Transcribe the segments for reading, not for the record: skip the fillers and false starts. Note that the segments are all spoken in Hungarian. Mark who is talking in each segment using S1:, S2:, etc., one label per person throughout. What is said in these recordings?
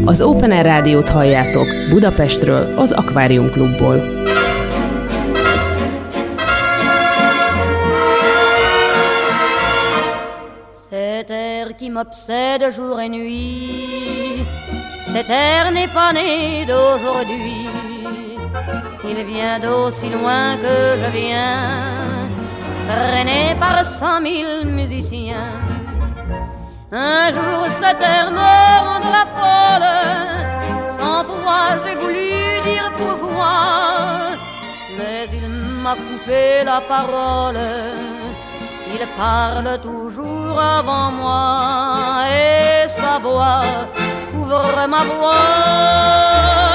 S1: Az Open Air Rádiót halljátok Budapestről, az Akvárium Klubból.
S2: Cet air qui m'obsède jour et nuit, cet air n'est pas né d'aujourd'hui. Il vient d'aussi loin que je viens, traîné par 100 000 musiciens. Un jour cet air me rendra folle, 100 fois j'ai voulu dire pourquoi, mais il m'a coupé la parole. Il parle toujours avant moi et sa voix couvre ma voix.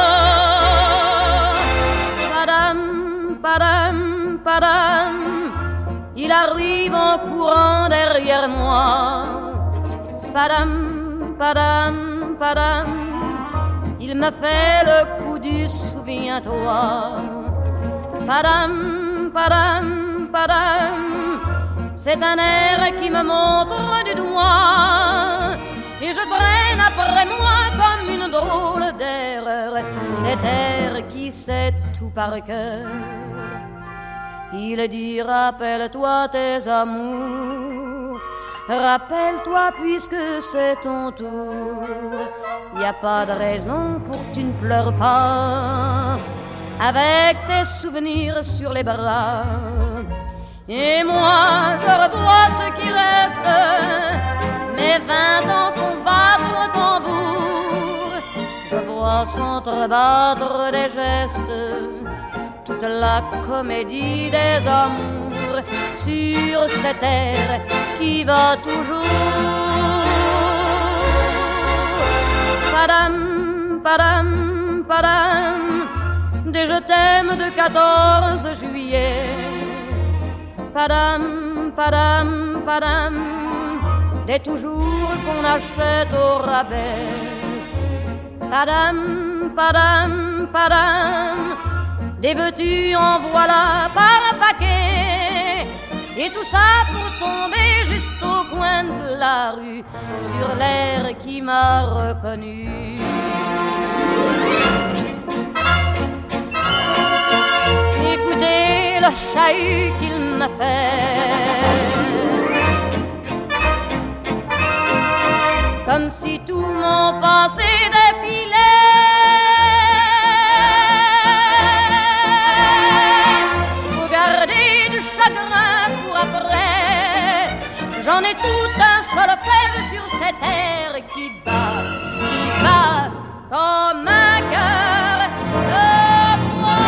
S2: Padam, padam, padam, il arrive en courant derrière moi. Padam, padam, padam, il me fait le coup du souviens-toi. Padam, padam, padam, c'est un air qui me montre du doigt et je traîne après moi comme une drôle d'erreur cet air qui sait tout par cœur. Il dit rappelle-toi tes amours, rappelle-toi puisque c'est ton tour. Y a pas de raison pour que tu ne pleures pas avec tes souvenirs sur les bras. Et moi je revois ce qui reste, mes 20 ans font battre le tambour. Je vois s'entrebattre des gestes, toute la comédie des amours sur cette terre qui va toujours. Padam, padam, padam, des je t'aime de 14 juillet. Padam, padam, padam, des toujours qu'on achète au rabais. Padam, padam, padam, des veux-tu en voilà par un paquet. Et tout ça pour tomber juste au coin de la rue, sur l'air qui m'a reconnu. Écoutez le chahut qu'il m'a fait, comme si tout mon passé défilait. Faut garder du chagrin pour après, j'en ai tout un solfège sur cette terre qui bat comme un cœur de bois.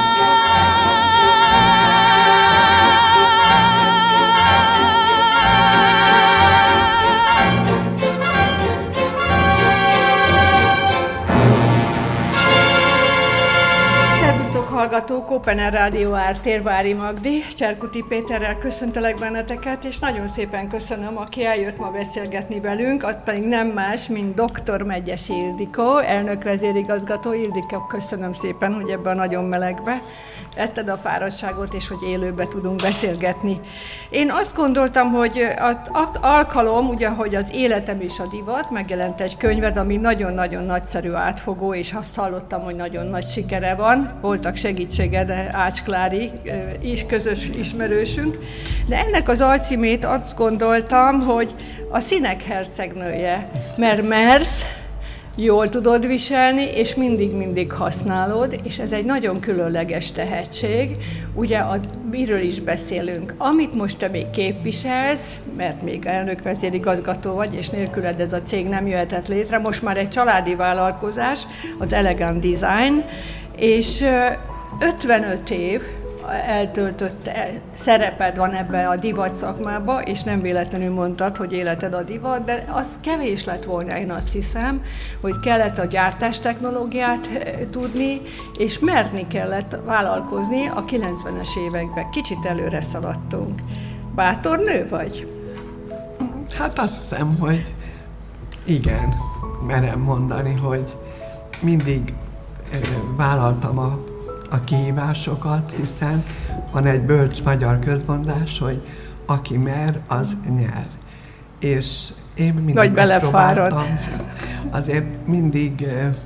S3: Hallgatók, Open Air Rádió Ártér, Vári Magdi, Cserkuti Péterrel köszöntelek benneteket, és nagyon szépen köszönöm, aki eljött ma beszélgetni velünk, az pedig nem más, mint dr. Megyesi Ildikó, elnök vezérigazgató. Ildikó, köszönöm szépen, hogy ebben a nagyon melegbe etted a fáradtságot, és hogy élőbe tudunk beszélgetni. Én azt gondoltam, hogy az alkalom, ugye, hogy az életem és a divat, megjelent egy könyved, ami nagyon-nagyon nagyszerű, átfogó, és azt hallottam, hogy nagyon nagy sikere van. Voltak segítséged, Ács Klári is közös ismerősünk. De ennek az alcímét azt gondoltam, hogy a színek hercegnője, mert mersz, jól tudod viselni, és mindig használod, és ez egy nagyon különleges tehetség. Ugye miről is beszélünk? Amit most te még képviselsz, mert még elnök vezérigazgató vagy, és nélküled ez a cég nem jöhetett létre, most már egy családi vállalkozás, az Elegant Design, és 55 év eltöltött szereped van ebben a divat szakmában, és nem véletlenül mondtad, hogy életed a divat, de az kevés lett volna, én azt hiszem, hogy kellett a gyártás technológiát tudni, és merni kellett vállalkozni a 90-es években. Kicsit előre szaladtunk. Bátor nő vagy?
S4: Hát azt hiszem, hogy igen, merem mondani, hogy mindig vállaltam a kihívásokat, hiszen van egy bölcs magyar közmondás, hogy aki mer, az nyer. És Én mindig
S3: vagy belefárad.
S4: Azért mindig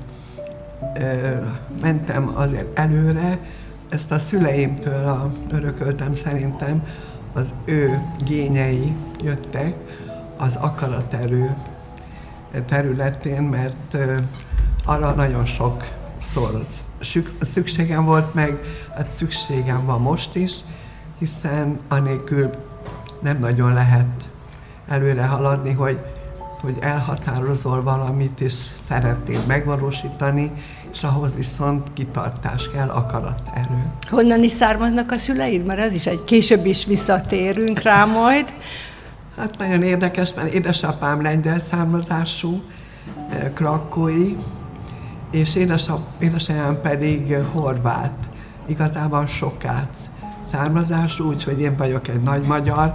S4: mentem azért előre, ezt a szüleimtől örököltem szerintem, az ő gényei jöttek az akaraterő területén, mert arra nagyon sokszor szükségem volt, meg hát szükségem van most is, hiszen anélkül nem nagyon lehet előre haladni, hogy elhatározol valamit, és szeretnéd megvalósítani, és ahhoz viszont kitartás kell, akaraterő.
S3: Honnan is származnak a szüleid? Mert ez is később is visszatérünk rá majd.
S4: Hát nagyon érdekes, mert édesapám lengyel származású, krakói, és édesanyám pedig horvát, igazából sokác származású, úgyhogy én vagyok egy nagy magyar,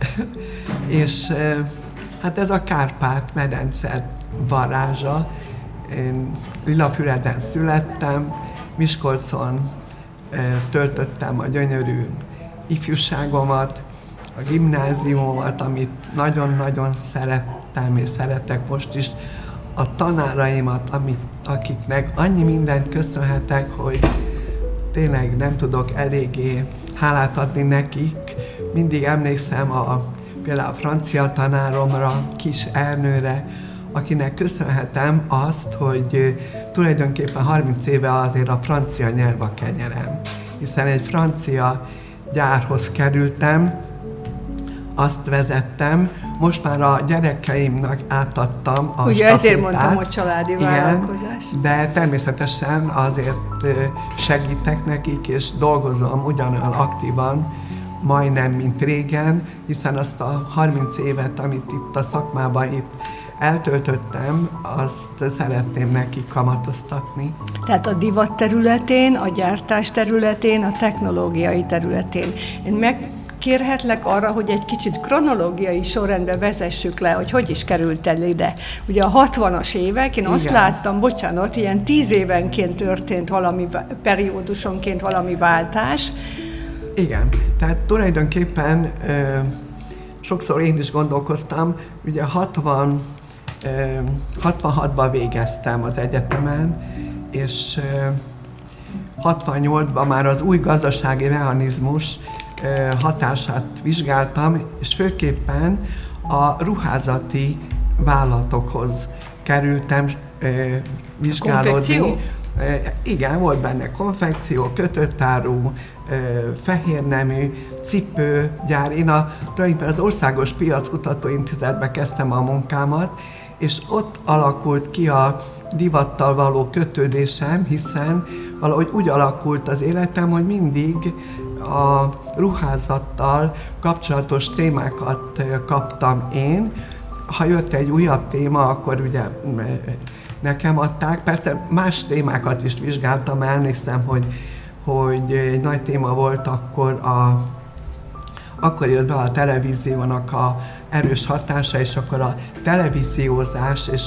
S4: és hát ez a Kárpát-medence varázsa. Én Lillafüreden születtem, Miskolcon töltöttem a gyönyörű ifjúságomat, a gimnáziumomat, amit nagyon-nagyon szerettem és szeretek most is, a tanáraimat, akiknek annyi mindent köszönhetek, hogy tényleg nem tudok eléggé hálát adni nekik. Mindig emlékszem például a francia tanáromra, Kis Ernőre, akinek köszönhetem azt, hogy tulajdonképpen 30 éve azért a francia nyelv a kenyerem, hiszen egy francia gyárhoz kerültem, azt vezettem, most már a gyerekeimnek átadtam a
S3: ugye
S4: stafétát.
S3: ezért mondtam, hogy családi vállalkozás.
S4: De természetesen azért segítek nekik, és dolgozom ugyanolyan aktívan, majdnem, mint régen, hiszen azt a 30 évet, amit itt a szakmában itt eltöltöttem, azt szeretném nekik kamatoztatni.
S3: Tehát a divat területén, a gyártás területén, a technológiai területén. Én megkérhetlek arra, hogy egy kicsit kronológiai sorrendbe vezessük le, hogy is került el ide. Ugye a 60-as évek, én azt láttam, bocsánat, ilyen 10 évenként történt valami, periódusonként valami váltás.
S4: Igen, tehát tulajdonképpen sokszor én is gondolkoztam, ugye 66-ban végeztem az egyetemen, és 68-ban már az új gazdasági mechanizmus hatását vizsgáltam, és főképpen a ruházati vállalatokhoz kerültem vizsgálódni.
S3: Konfekció?
S4: Igen, volt benne konfekció, kötőtárú, fehérnemű, cipőgyár. Én tulajdonképpen az Országos Piackutató Intézetbe kezdtem a munkámat, és ott alakult ki a divattal való kötődésem, hiszen valahogy úgy alakult az életem, hogy mindig a ruházattal kapcsolatos témákat kaptam én. Ha jött egy újabb téma, akkor ugye nekem adták. Persze más témákat is vizsgáltam, emlékszem, hogy egy nagy téma volt akkor jött be a televíziónak a erős hatása, és akkor a televíziózás és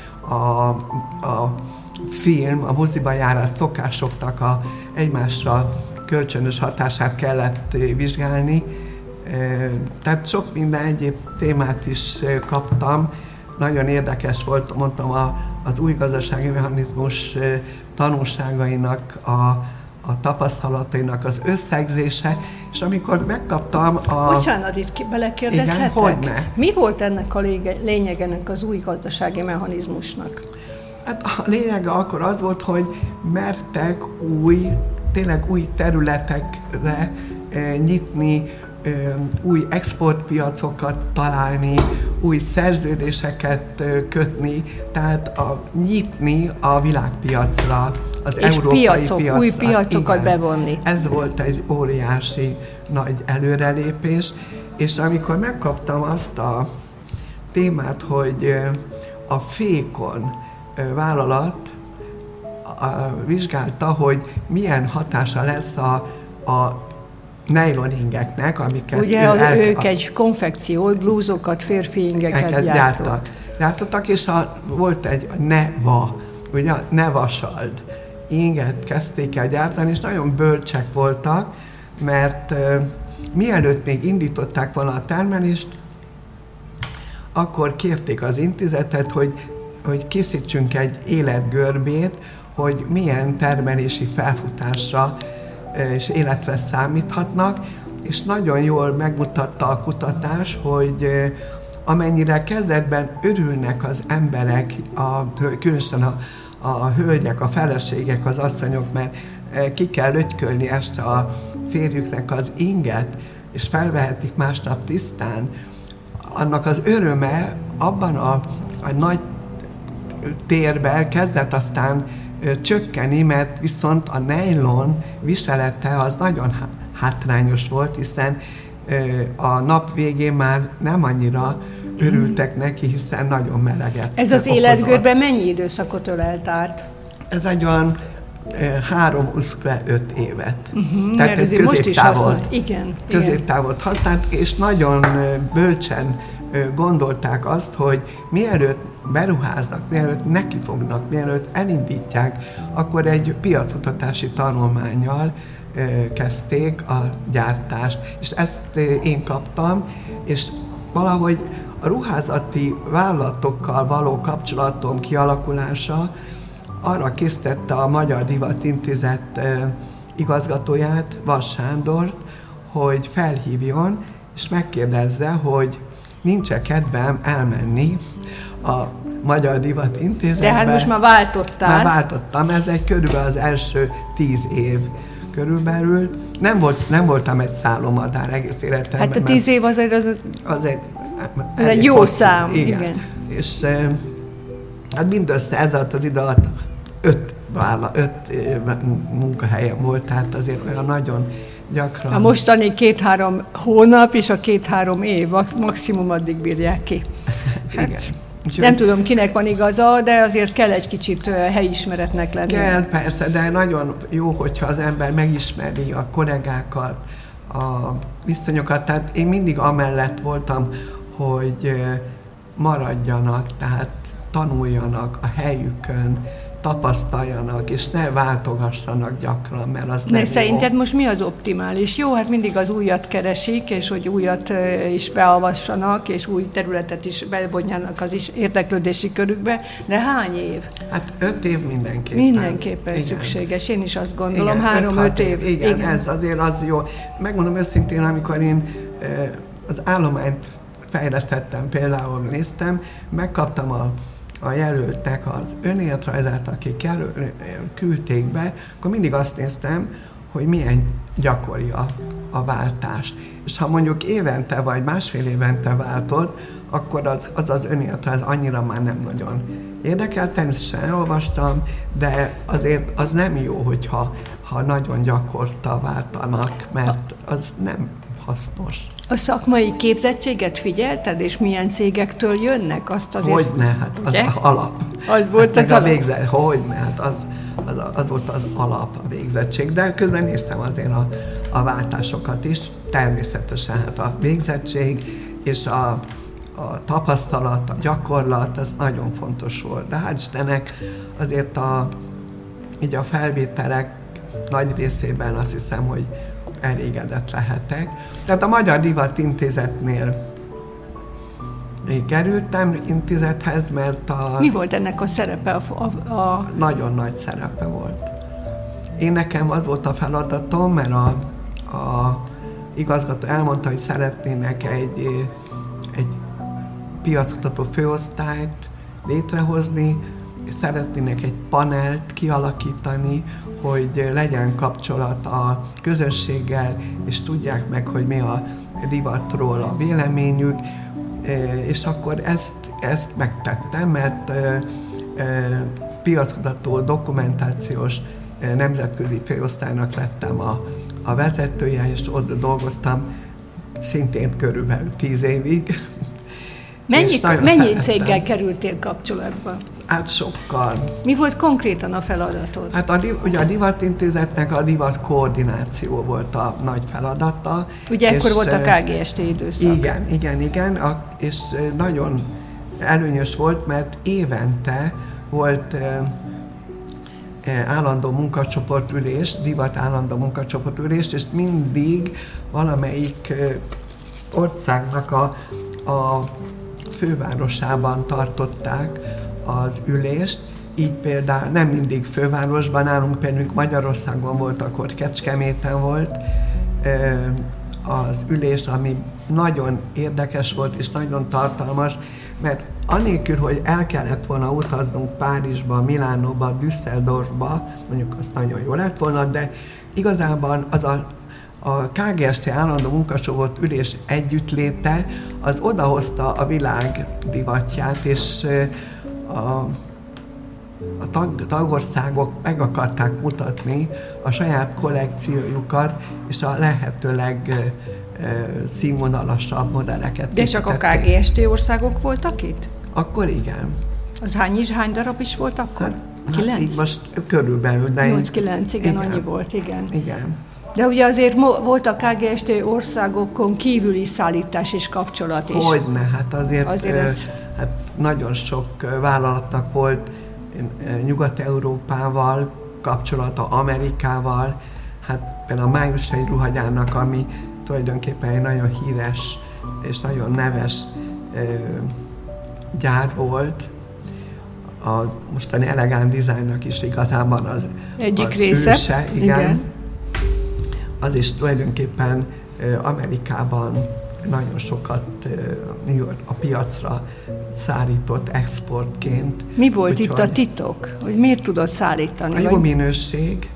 S4: a film, a moziba járás szokásoknak a egymásra kölcsönös hatását kellett vizsgálni. Tehát sok minden egyéb témát is kaptam. Nagyon érdekes volt, mondtam, az új gazdasági mechanizmus tanulságainak, a tapasztalatainak az összegzése, és amikor megkaptam
S3: Bocsánat, itt belekérdezhetek?
S4: Igen, hogyne.
S3: Mi volt ennek a lényeg ennek az új gazdasági mechanizmusnak?
S4: Hát a lényege akkor az volt, hogy mertek tényleg új területekre nyitni, új exportpiacokat találni, új szerződéseket kötni, tehát nyitni a világpiacra, az
S3: és
S4: európai piacra.
S3: Új piacokat
S4: igen,
S3: bevonni.
S4: Ez volt egy óriási nagy előrelépés, és amikor megkaptam azt a témát, hogy a Fékon vállalat vizsgálta, hogy milyen hatása lesz a nejloningeknek, amiket
S3: ugye ők egy konfekciót, blúzokat, férfi ingeket
S4: gyártottak, és volt egy Neva, ugye a Nevasald inget kezdték el gyártani, és nagyon bölcsek voltak, mert mielőtt még indították volna a termelést, akkor kérték az intézetet, hogy készítsünk egy életgörbét, hogy milyen termelési felfutásra és életre számíthatnak, és nagyon jól megmutatta a kutatás, hogy amennyire kezdetben örülnek az emberek, különösen a hölgyek, a feleségek, az asszonyok, mert ki kell lötykölni este a férjüknek az inget, és felvehetik másnap tisztán, annak az öröme abban a nagy térben kezdett aztán csökkeni, mert viszont a nejlon viselete az nagyon hátrányos volt, hiszen a nap végén már nem annyira örültek neki, hiszen nagyon meleget.
S3: Ez az életgörben mennyi időszakot ölelt át?
S4: Ez egy olyan 3-5 évet.
S3: Tehát egy
S4: középtávot használt, és nagyon bölcsen gondolták azt, hogy mielőtt beruháznak, mielőtt nekifognak, mielőtt elindítják, akkor egy piackutatási tanulmánnyal kezdték a gyártást. És ezt én kaptam, és valahogy a ruházati vállalatokkal való kapcsolatom kialakulása arra késztette a Magyar Divat Intézet igazgatóját, Vas Sándort, hogy felhívjon, és megkérdezze, hogy nincs-e kedvem elmenni a Magyar Divat Intézetbe.
S3: De hát most már váltottál.
S4: Már váltottam, ez egy körülbelül az első 10 év körülbelül. Nem voltam egy szállómadár egész életemben.
S3: Hát a 10 év az egy jó
S4: hosszú,
S3: szám. Igen.
S4: És hát mindössze ez alatt az idő alatt 5 munkahelyem volt, tehát azért olyan nagyon gyakran.
S3: A mostani 2-3 hónap és a 2-3 év maximum addig bírják ki.
S4: Igen.
S3: Úgyhogy nem tudom, kinek van igaza, de azért kell egy kicsit helyismeretnek lenni.
S4: Kell, persze, de nagyon jó, hogyha az ember megismeri a kollégákat, a viszonyokat. Tehát én mindig amellett voltam, hogy maradjanak, tehát tanuljanak a helyükön, tapasztaljanak, és ne váltogassanak gyakran, mert az nem jó.
S3: Szerinted most mi az optimális? Jó, hát mindig az újat keresik, és hogy újat is beavassanak, és új területet is bevonjanak az is érdeklődési körükbe, de hány év?
S4: Hát 5 év mindenképpen.
S3: Mindenképpen igen. Szükséges, én is azt gondolom, 3-5 év.
S4: Igen, ez azért az jó. Megmondom őszintén, amikor én az állományt fejlesztettem, például néztem, megkaptam a jelöltnek az önéletrajzát, akik küldték be, akkor mindig azt néztem, hogy milyen gyakori a váltás. És ha mondjuk évente vagy másfél évente váltott, akkor az önéletrajz annyira már nem nagyon érdekelt, természetesen elolvastam, de azért az nem jó, hogyha nagyon gyakorta váltanak, mert az nem hasznos.
S3: A szakmai képzettséget figyelted, és milyen cégektől jönnek? Azt azért...
S4: Hogyne, hát az alap.
S3: Az volt hát az alap?
S4: Hogyne, hát az volt az alap, a végzettség. De közben néztem azért a váltásokat is. Természetesen hát a végzettség és a tapasztalat, a gyakorlat, ez nagyon fontos volt. De hál' Istennek azért így a felvételek nagy részében azt hiszem, hogy elégedett lehetek. Tehát a Magyar Divat Intézetnél kerültem intézethez, mert
S3: Mi volt ennek a szerepe?
S4: Nagyon nagy szerepe volt. Nekem az volt a feladatom, mert a igazgató elmondta, hogy szeretnének egy piackutató főosztályt létrehozni, és szeretnének egy panelt kialakítani, hogy legyen kapcsolat a közönséggel, és tudják meg, hogy mi a divatról a véleményük, és akkor ezt megtettem, mert piackutató dokumentációs nemzetközi főosztálynak lettem a vezetője, és ott dolgoztam szintén körülbelül 10 évig.
S3: Mennyi céggel kerültél kapcsolatba?
S4: Hát sokkal.
S3: Mi volt konkrétan a feladatod?
S4: Hát ugye a Divatintézetnek a divat koordináció volt a nagy feladata.
S3: Ugye ekkor volt a KGST időszak.
S4: Igen, és nagyon előnyös volt, mert évente volt állandó munkacsoportülés, divat állandó munkacsoportülés, és mindig valamelyik országnak a fővárosában tartották az ülést, így például nem mindig fővárosban, nálunk például Magyarországon volt, akkor Kecskeméten volt az ülés, ami nagyon érdekes volt és nagyon tartalmas, mert anélkül, hogy el kellett volna utaznunk Párizsba, Milánóba, Düsseldorfba, mondjuk az nagyon jó lett volna, de igazában az a KGST állandó munkacsoport ülés együttléte, az odahozta a világ divatját, és a tagországok meg akarták mutatni a saját kollekciójukat, és a lehetőleg színvonalasabb modelleket.
S3: De csak a KGST országok voltak itt?
S4: Akkor igen.
S3: Az hány darab is volt akkor? 9?
S4: Hát így most körülbelül.
S3: 8-9, igen, annyi volt, igen.
S4: Igen.
S3: De ugye azért volt a KGST országokon kívüli szállítás és kapcsolat is.
S4: Hogyne, hát azért hát nagyon sok vállalatnak volt Nyugat-Európával kapcsolata, Amerikával, hát például a májusai ruhagyárnak, ami tulajdonképpen egy nagyon híres és nagyon neves gyár volt, a mostani elegán dizájnnak is igazából az
S3: egyik része.
S4: Őse, igen. Az is tulajdonképpen Amerikában nagyon sokat a piacra szállított exportként.
S3: Mi volt itt a titok? Hogy miért tudott szállítani?
S4: A jó minőség,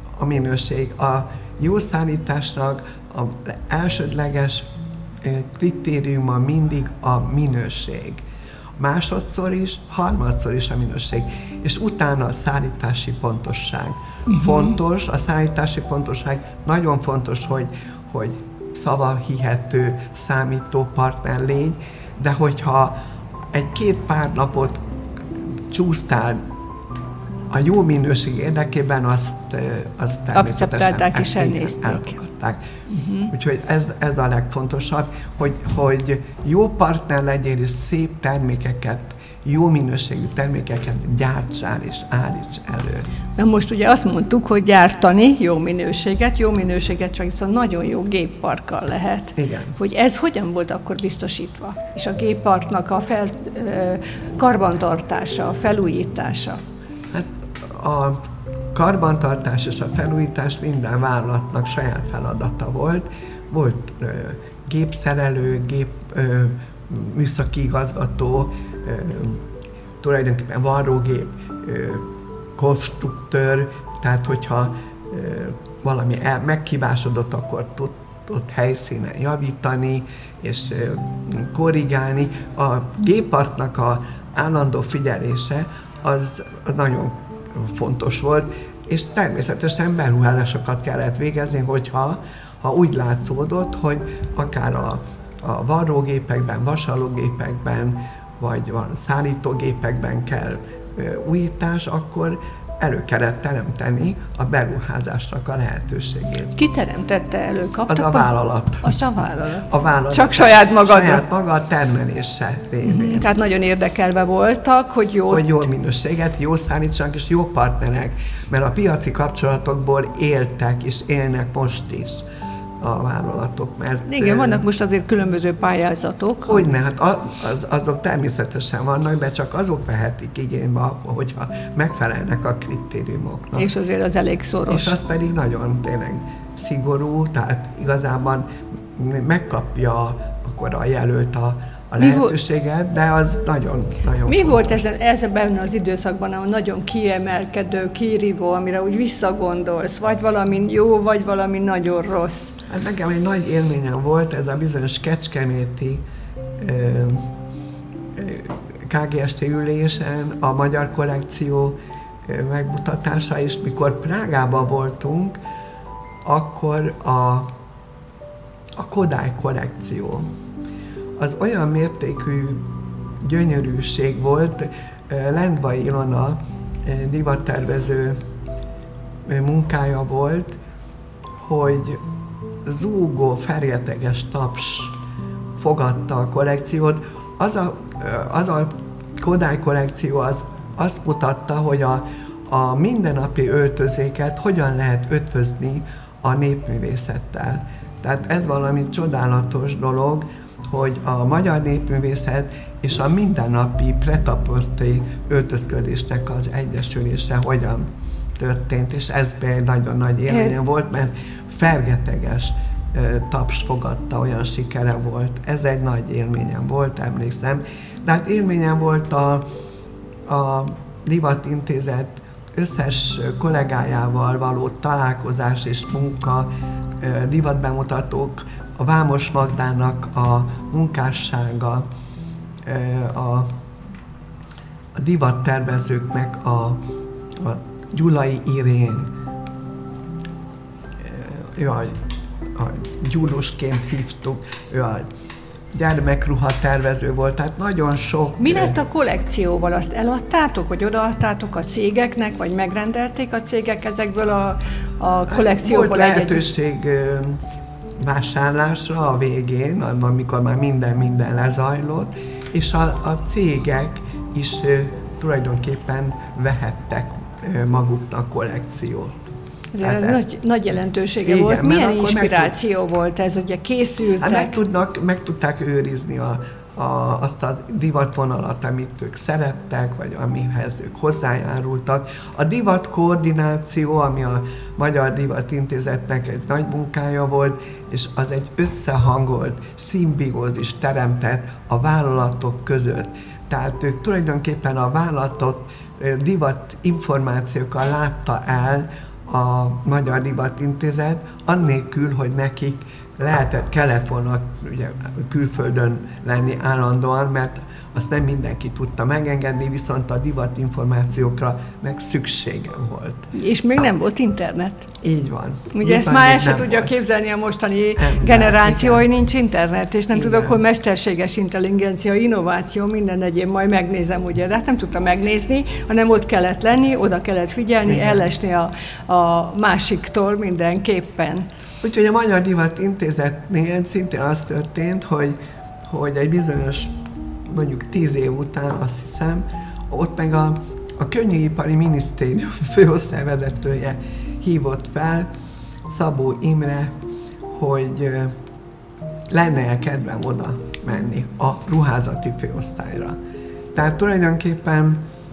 S4: a jó szállításnak az elsődleges kritériuma mindig a minőség. Másodszor is, harmadszor is a minőség, és utána a szállítási pontosság. Fontos, a szállítási pontosság nagyon fontos, hogy szavahihető számítópartner légy, de hogyha egy-két pár napot csúsztál a jó minőség érdekében, azt természetesen
S3: akceptálták és elnézték.
S4: Elfogadták. Úgyhogy ez a legfontosabb, hogy jó partner legyél, és szép termékeket, jó minőségű termékeket gyártsál és állíts elő.
S3: Na most ugye azt mondtuk, hogy gyártani jó minőséget csak viszont nagyon jó gépparkkal lehet.
S4: Igen.
S3: Hogy ez hogyan volt akkor biztosítva? És a gépparknak a karbantartása, a felújítása?
S4: Hát a karbantartás és a felújítás minden vállalatnak saját feladata volt. Volt gépszerelő, műszaki igazgató, tulajdonképpen varrógép, konstruktőr, tehát hogyha valami meghibásodott, akkor tudott helyszínen javítani és korrigálni. A gépparknak az állandó figyelése az nagyon fontos volt, és természetesen beruházásokat kellett végezni, hogyha úgy látszódott, hogy akár a varrógépekben, vasalógépekben, vagy van szállítógépekben kell újítás, akkor elő kellett teremteni a beruházásnak a lehetőségét.
S3: Ki teremtette elő?
S4: Az a vállalat.
S3: Az a vállalat.
S4: A vállalat.
S3: Csak saját maga.
S4: Saját maga a termelése révén.
S3: Tehát nagyon érdekelve voltak, hogy jó
S4: minőséget, jó szállítsanak és jó partnerek, mert a piaci kapcsolatokból éltek és élnek most is a vállalatok, mert...
S3: Igen, vannak most azért különböző pályázatok.
S4: Hogyne, hát azok természetesen vannak, de csak azok vehetik igénybe, hogyha megfelelnek a kritériumoknak.
S3: És azért az elég szoros.
S4: És az pedig nagyon tényleg szigorú, tehát igazában megkapja akkor a jelölt a lehetőséget, de az nagyon
S3: Mi
S4: fontos.
S3: volt ezen az időszakban a nagyon kiemelkedő, kirívó, amire úgy visszagondolsz, vagy valami jó, vagy valami nagyon rossz?
S4: Hát nekem egy nagy élményem volt ez a bizonyos kecskeméti KGST ülésen a magyar kollekció megmutatása, és mikor Prágában voltunk, akkor a Kodály kollekció az olyan mértékű gyönyörűség volt, Lendvai Ilona divattervező munkája volt, hogy zúgó, ferjeteges taps fogadta a kollekciót. Az a Kodály kollekció azt mutatta, hogy a mindennapi öltözéket hogyan lehet ötvözni a népművészettel. Tehát ez valami csodálatos dolog, hogy a magyar népművészet és a mindennapi pret-à-porter öltözködésnek az egyesülése hogyan történt, és ez egy nagyon nagy élményem volt, mert fergeteges taps fogadta, olyan sikere volt. Ez egy nagy élményem volt, emlékszem. De hát élményem volt a Divatintézet összes kollégájával való találkozás és munka, divatbemutatók, a Vámos Magdának a munkássága, a divattervezőknek a Gyulai Irén, ő a Gyulusként hívtuk, ő a gyermekruha tervező volt, tehát nagyon sok...
S3: Mi lett a kollekcióval? Azt eladtátok, vagy odaadtátok a cégeknek, vagy megrendelték a cégek ezekből a kollekcióból?
S4: Volt lehetőség vásárlásra a végén, amikor már minden lezajlott, és a cégek is tulajdonképpen vehettek maguknak kollekciót.
S3: Ez nagy jelentősége igen, volt. Milyen inspiráció volt ez? Ugye készültek?
S4: Hát meg tudták őrizni azt a divatvonalat, amit ők szerettek, vagy amihez ők hozzájárultak. A divatkoordináció, ami a Magyar Divatintézetnek egy nagy munkája volt, és az egy összehangolt szimbiózis teremtett a vállalatok között. Tehát ők tulajdonképpen a vállalatot divat információkkal látta el a Magyar Divatintézet, annélkül, hogy nekik kellett volna ugye, külföldön lenni állandóan, mert azt nem mindenki tudta megengedni, viszont a divatinformációkra meg szüksége volt.
S3: És még nem volt internet.
S4: Így van.
S3: Ugye ezt már el se tudja képzelni a mostani generáció, hogy nincs internet, és nem tudok, hogy mesterséges intelligencia, innováció, minden egyéb, majd megnézem, ugye, de hát nem tudta megnézni, hanem ott kellett lenni, oda kellett figyelni, ellesni a másiktól mindenképpen.
S4: Úgyhogy a Magyar Divatintézetnél szintén az történt, hogy egy bizonyos, mondjuk 10 év után, azt hiszem, ott meg a Könnyűipari Minisztérium főosztályvezetője hívott fel, Szabó Imre, hogy lenne kedvem oda menni a ruházati főosztályra. Tehát tulajdonképpen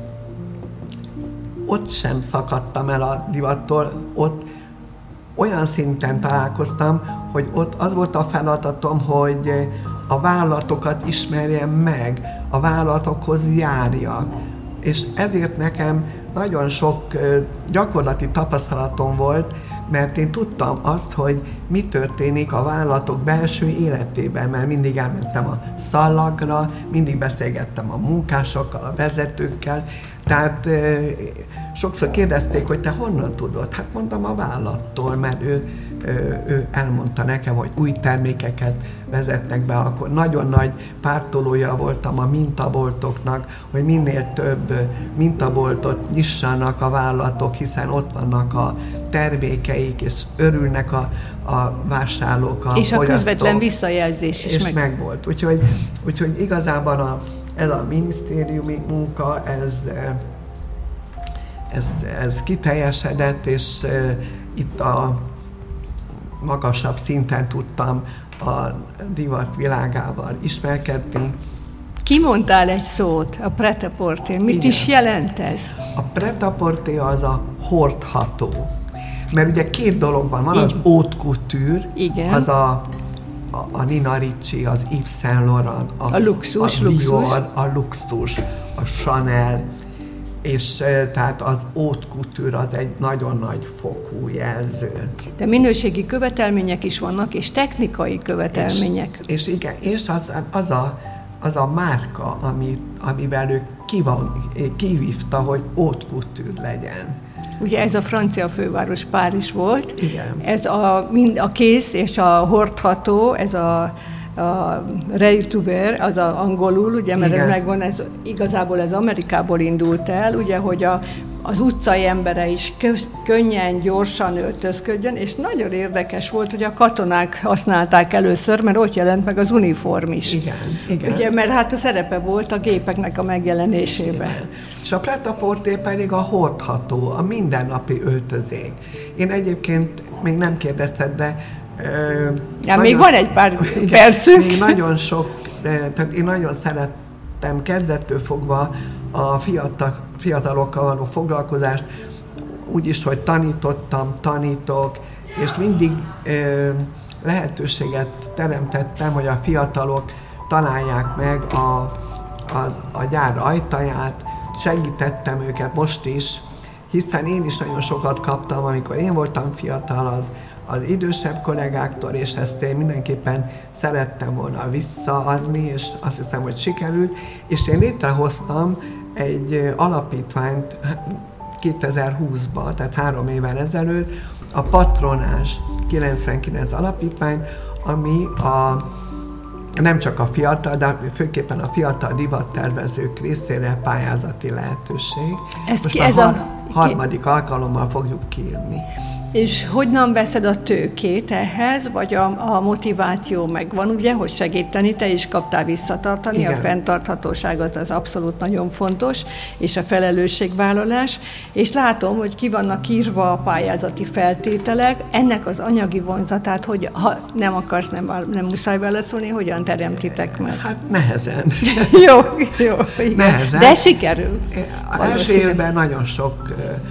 S4: ott sem szakadtam el a divattól, ott olyan szinten találkoztam, hogy ott az volt a feladatom, hogy a vállalatokat ismerjem meg, a vállalatokhoz járjak. És ezért nekem nagyon sok gyakorlati tapasztalatom volt, mert én tudtam azt, hogy mi történik a vállalatok belső életében, mert mindig elmentem a szallagra, mindig beszélgettem a munkásokkal, a vezetőkkel, tehát sokszor kérdezték, hogy te honnan tudod? Hát mondtam a vállalattól, mert ő elmondta nekem, hogy új termékeket vezetnek be, akkor nagyon nagy pártolója voltam a mintaboltoknak, hogy minél több mintaboltot nyissanak a vállalatok, hiszen ott vannak a termékeik, és örülnek a vásárlók, a
S3: és
S4: fogyasztók.
S3: És a közvetlen visszajelzés is
S4: és megvolt. Úgyhogy igazában ez a minisztériumi munka, ez kiteljesedett, és itt a magasabb szinten tudtam a divat világával ismerkedni.
S3: Kimondtál egy szót, a pret-à-porter. Mit
S4: igen.
S3: is jelent ez?
S4: A pret-à-porter az a hordható. Mert ugye két dolog van. Van az haute couture,
S3: igen.
S4: Az a Nina Ricci, az Yves Saint Laurent,
S3: a luxus,
S4: a Dior, a luxus, a Chanel, és tehát az haute couture az egy nagyon nagy fokú jelző.
S3: De minőségi követelmények is vannak, és technikai követelmények.
S4: És igen, és az a márka, amivel ő kivívta, hogy haute couture legyen.
S3: Ugye ez a francia főváros Párizs volt.
S4: Igen.
S3: Ez a kész és a hordható, ez a ready to wear, az angolul, ugye, mert ez megvan, igazából ez Amerikából indult el, ugye, hogy az utcai embere is könnyen, gyorsan öltözködjön, és nagyon érdekes volt, hogy a katonák használták először, mert ott jelent meg az uniform is.
S4: Igen.
S3: Ugye, mert hát a szerepe volt a gépeknek a megjelenésében.
S4: Igen. És a pret-à-porter pedig a hordható, a mindennapi öltözék. Én egyébként még nem kérdezted, de
S3: még van egy pár percünk.
S4: Még nagyon sok, tehát én nagyon szerettem szerettem kezdettől fogva a fiatalokkal való foglalkozást, úgyis, hogy tanítok, és mindig lehetőséget teremtettem, hogy a fiatalok találják meg a gyár ajtaját, segítettem őket most is, hiszen én is nagyon sokat kaptam, amikor én voltam fiatal az idősebb kollégáktól, és ezt én mindenképpen szerettem volna visszaadni, és azt hiszem, hogy sikerült, és én létrehoztam egy alapítványt 2020-ban, tehát 3 évvel ezelőtt, a Patronás 99 alapítvány, ami nem csak a fiatal, de főképpen a fiatal divattervezők részére pályázati lehetőség. Most már harmadik alkalommal fogjuk kiírni.
S3: És hogyan veszed a tőkét ehhez, vagy a motiváció megvan, ugye, hogy segíteni, te is kaptál visszatartani, igen. A fenntarthatóságot az abszolút nagyon fontos, és a felelősségvállalás, és látom, hogy ki vannak írva a pályázati feltételek, ennek az anyagi vonzatát, hogy ha nem akarsz, nem muszáj válaszolni, hogyan teremtitek meg?
S4: Hát nehezen.
S3: jó, igen.
S4: Nehezen.
S3: De sikerül.
S4: Az első évben nagyon sok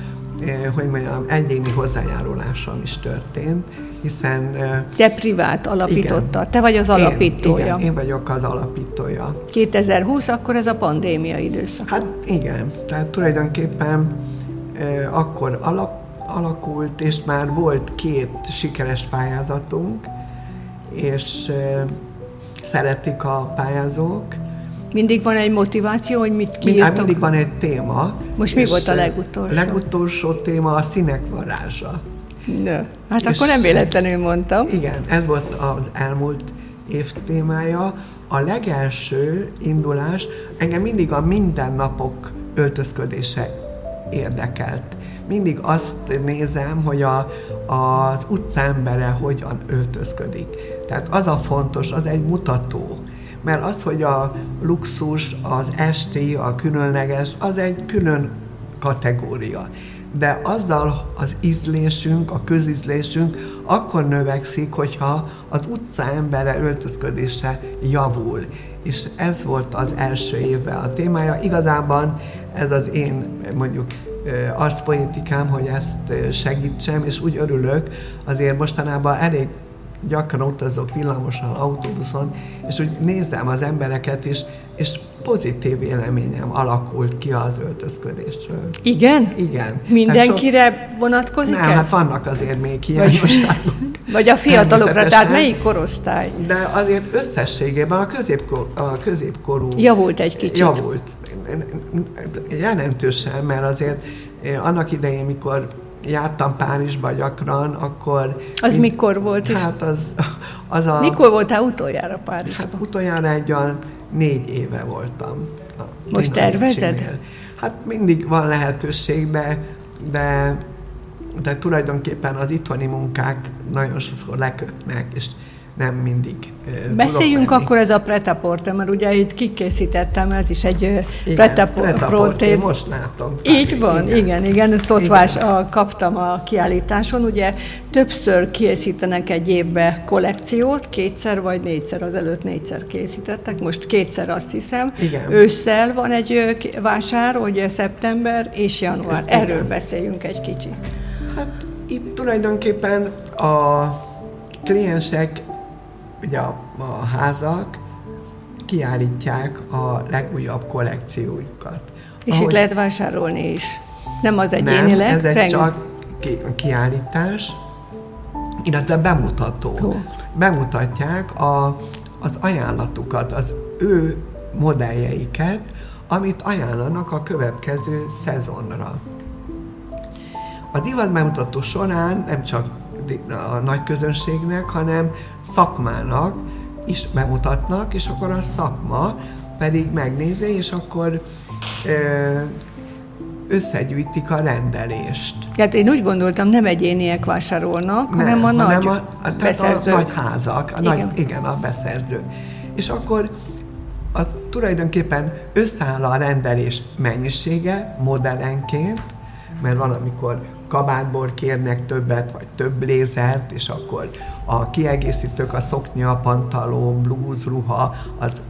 S4: egyéni hozzájárulásom is történt, hiszen...
S3: Te privát alapítottad, igen, te vagy az alapítója.
S4: Igen, én vagyok az alapítója.
S3: 2020, akkor ez a pandémia időszak.
S4: Hát igen, tehát tulajdonképpen akkor alakult, és már volt 2 sikeres pályázatunk, és szeretik a pályázók.
S3: Mindig van egy motiváció, hogy mit kiírtok?
S4: Mindig van egy téma.
S3: Most mi volt a legutolsó?
S4: A legutolsó téma a színek varázsa.
S3: Hát akkor nem véletlenül mondtam.
S4: Igen, ez volt az elmúlt év témája. A legelső indulás engem mindig a mindennapok öltözködése érdekelt. Mindig azt nézem, hogy az utcaembere hogyan öltözködik. Tehát az a fontos, az egy mutató. Mert az, hogy a luxus, az esti, a különleges, az egy külön kategória. De azzal az ízlésünk, a közízlésünk akkor növekszik, hogyha az utca embere öltözködése javul. És ez volt az első évben a témája. Igazában ez az én mondjuk arszpolitikám, hogy ezt segítsem, és úgy örülök, azért mostanában elég gyakran utazok villamoson, autóbuszon, és úgy nézem az embereket, és pozitív véleményem alakult ki az öltözködésről.
S3: Igen?
S4: Igen.
S3: Mindenkire vonatkozik
S4: nem,
S3: ez?
S4: Hát vannak azért még hiányosságok.
S3: Vagy a fiatalokra, tehát melyik korosztály?
S4: De azért összességében a középkorú...
S3: Javult egy kicsit.
S4: Javult. Jelentősen, mert azért annak idején, mikor jártam Párizsba gyakran, akkor...
S3: Az mikor volt?
S4: Hát az a...
S3: Mikor voltál utoljára Párizsban?
S4: Hát utoljára egy olyan 4 éve voltam.
S3: Most tervezed?
S4: Hát mindig van lehetőség, de tulajdonképpen az itthoni munkák nagyon sokszor lekötnek, és nem mindig
S3: beszéljünk akkor ez a pret-à-porter, mert ugye itt kikészítettem, ez is egy pret-à-porter.
S4: Most látom.
S3: Így van, igen, ezt ott kaptam a kiállításon. Ugye többször készítenek egy évbe kollekciót, 2-szer vagy 4-szer, azelőtt 4-szer készítettek, most 2-szer azt hiszem.
S4: Igen.
S3: Ősszel van egy vásár, ugye szeptember és január. Erről beszéljünk egy kicsit.
S4: Hát itt tulajdonképpen a kliensek, ugye a házak kiállítják a legújabb kollekciójukat.
S3: És itt lehet vásárolni is. Nem az egyénileg?
S4: Nem, ez egy csak kiállítás, illetve bemutató. Bemutatják az ajánlatukat, az ő modelljeiket, amit ajánlanak a következő szezonra. A divatbemutató során nem csak a nagy közönségnek, hanem szakmának is bemutatnak, és akkor a szakma pedig megnézi, és akkor összegyűjtik a rendelést.
S3: Tehát én úgy gondoltam, nem egyéniek vásárolnak, hanem a nagy beszerzők.
S4: A nagy házak, a beszerzők. És akkor tulajdonképpen összeáll a rendelés mennyisége modellenként, mert van, amikor kabátból kérnek többet, vagy több blézert, és akkor a kiegészítők, a szoknya, pantaló, blúz, ruha, az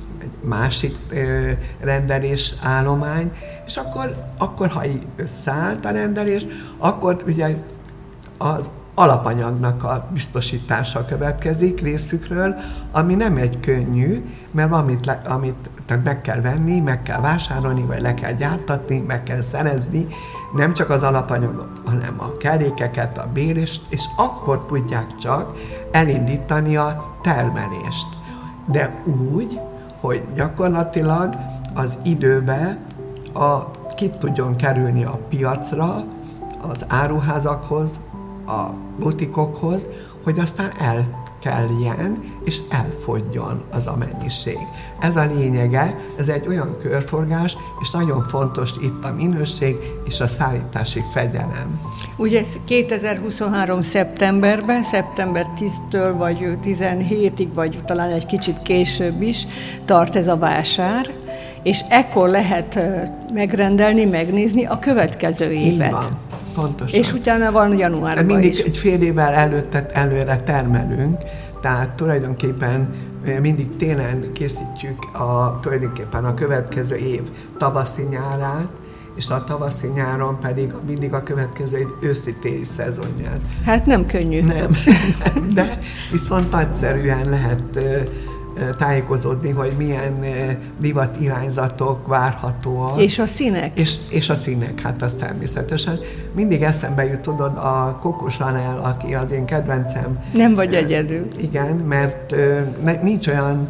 S4: másik rendelés állomány, és akkor ha így összeállt a rendelés, akkor ugye az alapanyagnak a biztosítása következik részükről, ami nem egy könnyű, mert amit tehát meg kell venni, meg kell vásárolni, vagy le kell gyártatni, meg kell szerezni, nem csak az alapanyagot, hanem a kerékeket, a bérést, és akkor tudják csak elindítani a termelést. De úgy, hogy gyakorlatilag az időbe ki tudjon kerülni a piacra, az áruházakhoz, a butikokhoz, hogy aztán elkeljen és elfogyjon az a mennyiség. Ez a lényege, ez egy olyan körforgás, és nagyon fontos itt a minőség és a szállítási fegyelem.
S3: Ugye 2023. szeptemberben, szeptember 10-től vagy 17-ig, vagy talán egy kicsit később is tart ez a vásár, és ekkor lehet megrendelni, megnézni a következő évet.
S4: Így van. Pontosan.
S3: És utána van januárban
S4: mindig
S3: is.
S4: egy fél évvel előre termelünk, tehát tulajdonképpen mindig télen készítjük tulajdonképpen a következő év tavaszi-nyárát, és a tavaszi-nyáron pedig mindig a következő év őszi-téli szezonját.
S3: Hát nem könnyű.
S4: Nem, de viszont nagyszerűen lehet tájékozódni, hogy milyen divat irányzatok várhatóak.
S3: És a színek?
S4: És a színek, hát az természetesen. Mindig eszembe jut, tudod, a Coco Chanel, aki az én kedvencem.
S3: Nem vagy egyedül.
S4: Igen, mert nincs olyan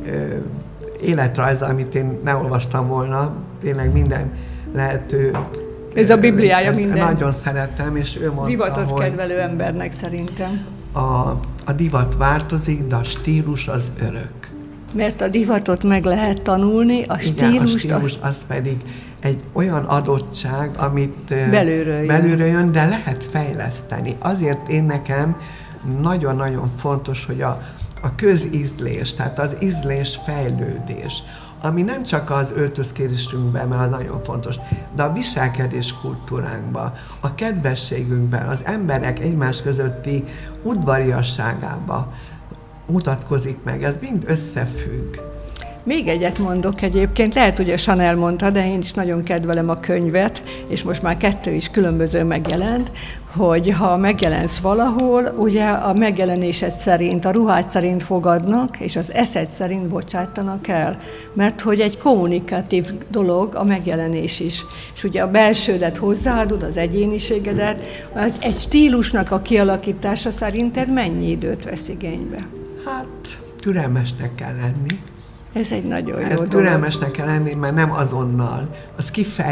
S4: életrajza, amit én ne olvastam volna, tényleg minden lehető.
S3: Ez a bibliája minden.
S4: Nagyon szeretem, és ő mondta,
S3: divatot
S4: hogy
S3: kedvelő embernek szerintem.
S4: A divat változik, de a stílus az örök.
S3: Mert a divatot meg lehet tanulni, a stílust...
S4: Igen, a stílus az pedig egy olyan adottság, amit
S3: belülről
S4: jön, de lehet fejleszteni. Azért nekem nagyon-nagyon fontos, hogy a közízlés, tehát az ízlés fejlődés, ami nem csak az öltözkedésünkben, mert az nagyon fontos, de a viselkedés kultúránkban, a kedvességünkben, az emberek egymás közötti udvariasságában mutatkozik meg. Ez mind összefügg.
S3: Még egyet mondok egyébként, lehet, hogy a Chanel mondta, de én is nagyon kedvelem a könyvet, és most már 2 is különböző megjelent, hogy ha megjelensz valahol, ugye a megjelenésed szerint, a ruhád szerint fogadnak, és az eszed szerint bocsátanak el. Mert hogy egy kommunikatív dolog a megjelenés is. És ugye a belsődet hozzáadod, az egyéniségedet, egy stílusnak a kialakítása szerinted mennyi időt vesz igénybe?
S4: Hát, türelmesnek kell lenni.
S3: Ez egy nagyon jó dolog.
S4: Türelmesnek kell lenni, mert nem azonnal. Az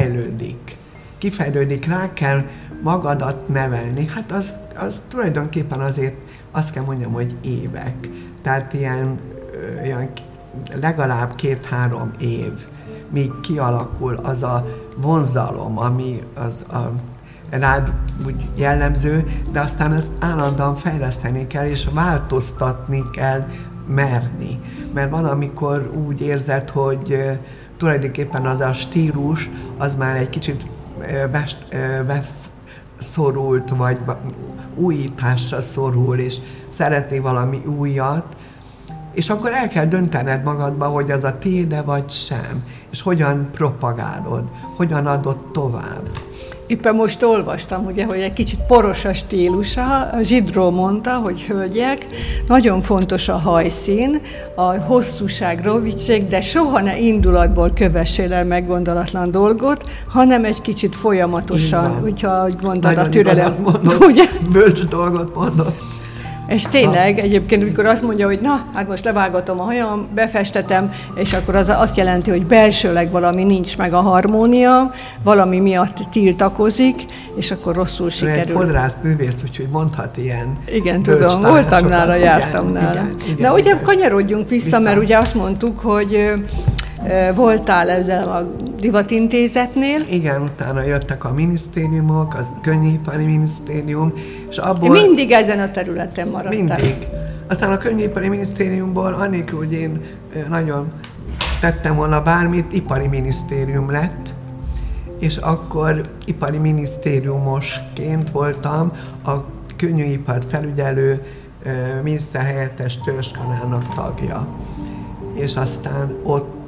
S4: kifejlődik, rá kell magadat nevelni. Hát az tulajdonképpen azért azt kell mondjam, hogy évek. Tehát ilyen legalább 2-3 év, míg kialakul az a vonzalom, ami az rád úgy jellemző, de aztán ezt állandóan fejleszteni kell, és változtatni kell merni. Mert van, amikor úgy érzed, hogy tulajdonképpen az a stílus, az már egy kicsit beszorult, vagy újításra szorul, és szeretné valami újat, és akkor el kell döntened magadba, hogy az a tiéd vagy sem, és hogyan propagálod, hogyan adod tovább.
S3: Éppen most olvastam, ugye, hogy egy kicsit poros a stílusa, a Zsidró mondta, hogy hölgyek, nagyon fontos a hajszín, a hosszúság, rövidség, de soha ne indulatból kövessél el meggondolatlan dolgot, hanem egy kicsit folyamatosan, hogyha mondod, a türelem.
S4: Bölcs dolgot mondott.
S3: És tényleg, egyébként, amikor azt mondja, hogy na, hát most levágatom a hajam, befestetem, és akkor az azt jelenti, hogy belsőleg valami nincs meg a harmónia, valami miatt tiltakozik, és akkor rosszul sikerül.
S4: Egy fodrász művész, úgyhogy mondhat ilyen.
S3: Igen, tudom, voltam nála, jártam nála. De ugye kanyarodjunk vissza, mert ugye azt mondtuk, hogy voltál ezzel a divatintézetnél.
S4: Igen, utána jöttek a minisztériumok, a könnyűipari minisztérium, és abból...
S3: Mindig ezen a területen maradtál.
S4: Mindig. Aztán a könnyűipari minisztériumból, anélkül, hogy én nagyon tettem volna bármit, ipari minisztérium lett, és akkor ipari minisztériumosként voltam a könnyűipart felügyelő miniszterhelyettes törzskanának tagja. És aztán ott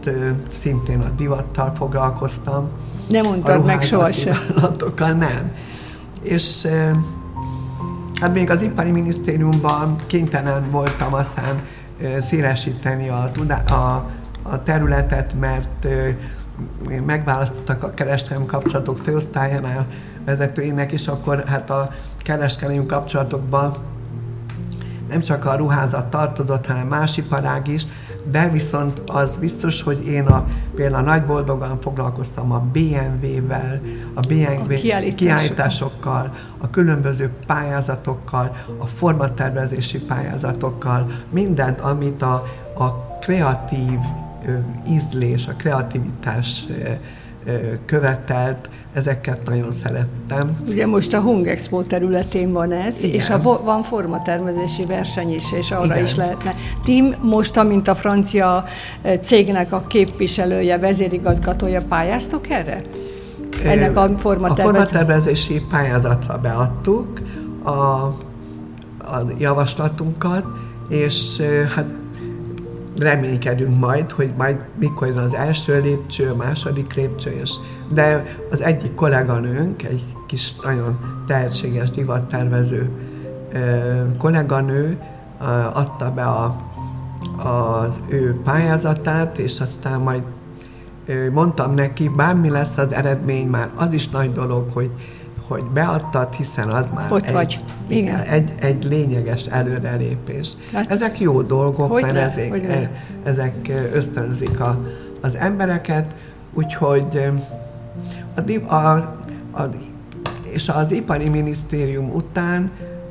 S4: ott szintén a divattal foglalkoztam.
S3: Nem mondtad meg sohasem.
S4: Nem. És hát még az Ipari Minisztériumban kénytelen voltam aztán szélesíteni a területet, mert megválasztottak a kereskedelmi kapcsolatok főosztályánál vezetőjének, és akkor hát a kereskedelmi kapcsolatokban nem csak a ruházat tartozott, hanem más iparág is, de viszont az biztos, hogy én például nagyboldogan foglalkoztam a BMW-vel, a BMW kiállításokkal, a különböző pályázatokkal, a formatervezési pályázatokkal, mindent, amit a kreatív ízlés, a kreativitás követelt, ezeket nagyon szerettem.
S3: Ugye most a Hung Expo területén van ez, igen. És van formatervezési verseny is, és arra igen. is lehetne. Ti most, amint a francia cégnek a képviselője, vezérigazgatója, pályáztok erre? Ennek a
S4: formatervezési pályázatra beadtuk a javaslatunkat, és hát reménykedünk majd, hogy majd mikor jön az első lépcső, a második lépcső, de az egyik kolléganőnk, egy kis nagyon tehetséges divattervező kolléganő adta be az ő pályázatát, és aztán majd mondtam neki, bármi lesz az eredmény, már az is nagy dolog, hogy beadtad, hiszen az már egy lényeges előrelépés. Hát, ezek jó dolgok, mert ezek ösztönzik az embereket, úgyhogy és az Ipari Minisztérium után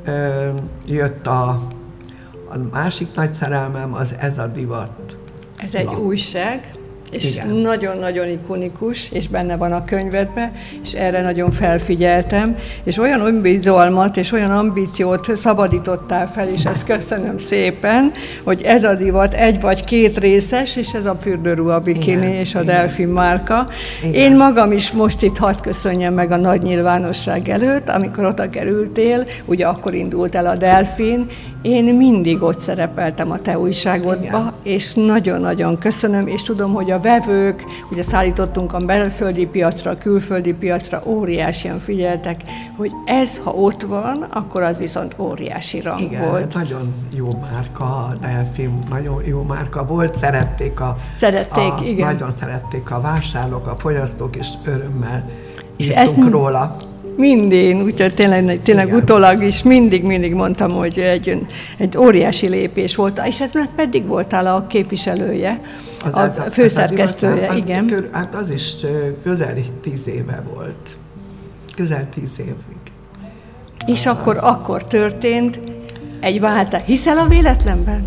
S4: jött a másik nagy szerelmem, ez a divat.
S3: Ez egy újság. És igen. Nagyon-nagyon ikonikus, és benne van a könyvedben, és erre nagyon felfigyeltem, és olyan önbizalmat és olyan ambíciót szabadítottál fel, és ezt köszönöm szépen, hogy ez a divat 1 vagy 2 részes, és ez a fürdőruha bikini és a Delfin márka. Igen. Én magam is most itt hadd köszönjem meg a nagy nyilvánosság előtt, amikor oda kerültél, ugye akkor indult el a Delfin, én mindig ott szerepeltem a te újságodba, igen. és nagyon-nagyon köszönöm, és tudom, hogy a vevők, ugye szállítottunk a belföldi piacra, a külföldi piacra, óriásian figyeltek, hogy ez, ha ott van, akkor az viszont óriási rang
S4: igen,
S3: volt.
S4: Nagyon jó márka, a Delfin nagyon jó márka volt, szerették,
S3: igen.
S4: Nagyon szerették a vásárlók, a fogyasztók, és örömmel írtunk róla.
S3: Mindén, úgyhogy tényleg utólag is mindig mondtam, hogy egy óriási lépés volt, és ez pedig voltál a képviselője, a főszerkesztője, igen.
S4: Hát az is közel 10 éve volt. Közel 10 évig.
S3: És akkor történt egy váltás. Hiszel a véletlenben?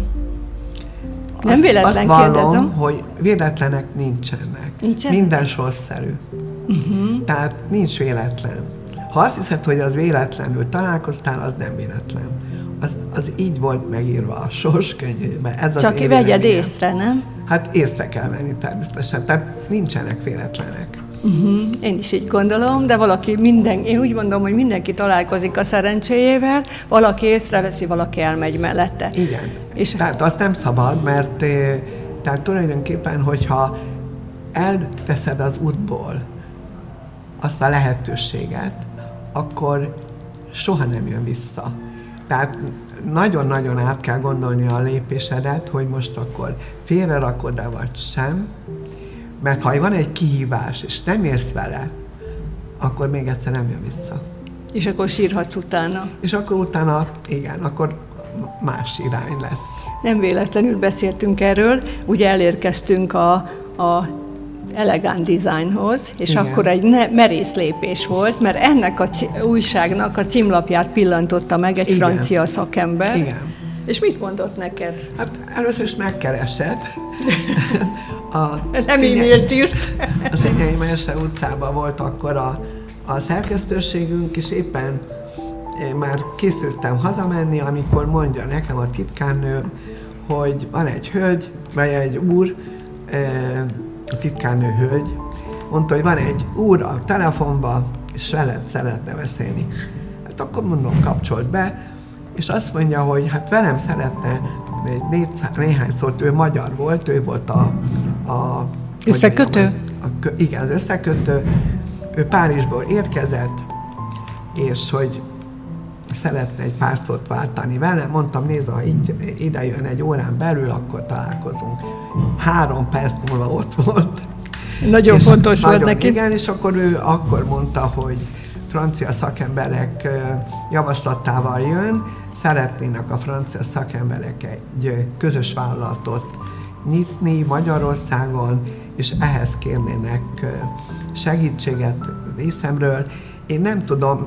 S3: Nem véletlen
S4: azt
S3: kérdezem.
S4: Vallom, hogy véletlenek nincsenek. Minden sorszerű. Tehát nincs véletlen. Ha azt hiszed, hogy az véletlenül találkoztál, az nem véletlen. Az így volt megírva a sorskönyvében.
S3: Csak vegyed észre, nem?
S4: Hát észre kell venni természetesen, tehát nincsenek véletlenek.
S3: Én is így gondolom, de én úgy mondom, hogy mindenki találkozik a szerencséjével, valaki észreveszi, valaki elmegy mellette.
S4: Igen, tehát azt nem szabad, mert tehát tulajdonképpen, hogyha elteszed az útból azt a lehetőséget, akkor soha nem jön vissza. Tehát nagyon-nagyon át kell gondolni a lépésedet, hogy most akkor félrerakod-e vagy sem, mert ha van egy kihívás, és nem érsz vele, akkor még egyszer nem jön vissza.
S3: És akkor sírhatsz utána.
S4: És akkor utána, igen, akkor más irány lesz.
S3: Nem véletlenül beszéltünk erről, ugye elérkeztünk a elegant designhoz, és igen. Akkor egy merész lépés volt, mert ennek a újságnak a címlapját pillantotta meg egy igen. francia szakember.
S4: Igen.
S3: És mit mondott neked?
S4: Hát először is megkeresett.
S3: Nem e-mailt írt.
S4: A Székhelyi Mese utcában volt akkor a szerkesztőségünk, és éppen már készültem hazamenni, amikor mondja nekem a titkárnő, hogy van egy hölgy, vagy egy úr, a titkárnő hölgy, mondta, hogy van egy úr a telefonban, és veled szeretne beszélni. Hát akkor mondom, kapcsolt be, és azt mondja, hogy hát velem szeretne néhány szót, ő magyar volt, ő volt a
S3: Összekötő?
S4: Igen, az összekötő. Ő Párizsból érkezett, és hogy szeretne egy pár szót váltani vele. Mondtam, nézd, ha ide jön egy órán belül, akkor találkozunk. 3 perc múlva ott volt.
S3: Nagyon fontos volt neki.
S4: Igen, és akkor ő akkor mondta, hogy francia szakemberek javaslatával jön, szeretnének a francia szakemberek egy közös vállalatot nyitni Magyarországon, és ehhez kérnének segítséget részemről. Én nem tudom,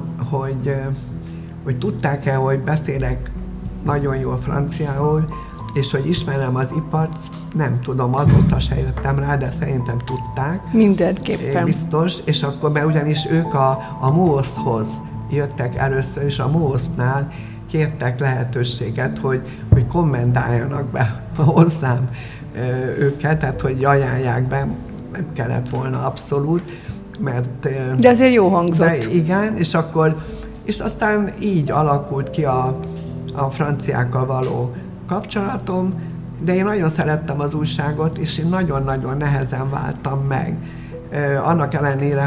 S4: hogy tudták-e, hogy beszélek nagyon jól franciául, és hogy ismerem az ipart, nem tudom, azóta se jöttem rá, de szerintem tudták.
S3: Mindenképpen.
S4: Biztos, és akkor, mert ugyanis ők a MOOSZ-hoz jöttek először, és a MOOSZ-nál kértek lehetőséget, hogy kommentáljanak be hozzám őket, tehát hogy ajánlják be, nem kellett volna abszolút, mert...
S3: De azért jó hangzott.
S4: De igen, és aztán így alakult ki a franciákkal való kapcsolatom, de én nagyon szerettem az újságot, és én nagyon-nagyon nehezen váltam meg. Annak ellenére,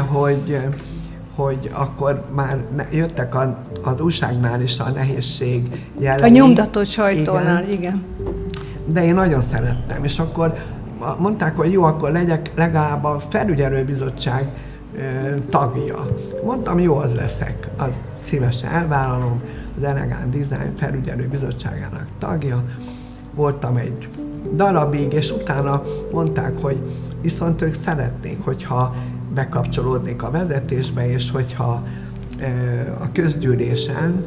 S4: hogy akkor már jöttek az újságnál is a nehézség jelei.
S3: A nyomtatott sajtónál, igen.
S4: De én nagyon szerettem, és akkor mondták, hogy jó, akkor legyek legalább a felügyelőbizottság tagja. Mondtam, jó, az leszek, az szívesen elvállalom, az Elegant Design felügyelőbizottságának tagja. Voltam egy darabig, és utána mondták, hogy viszont ők szeretnék, hogyha bekapcsolódnék a vezetésbe, és hogyha a közgyűlésen,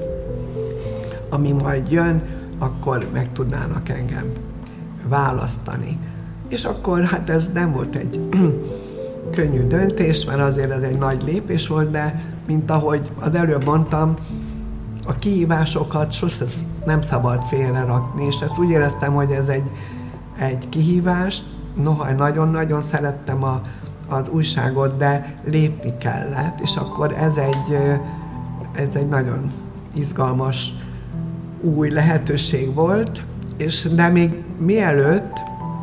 S4: ami majd jön, akkor meg tudnának engem választani. És akkor hát ez nem volt egy könnyű döntés, mert azért ez egy nagy lépés volt, de mint ahogy az előbb mondtam, a kihívásokat sose nem szabad félrerakni, és ezt úgy éreztem, hogy ez egy kihívás. Noha nagyon-nagyon szerettem az újságot, de lépni kellett, és akkor ez egy nagyon izgalmas új lehetőség volt, de még mielőtt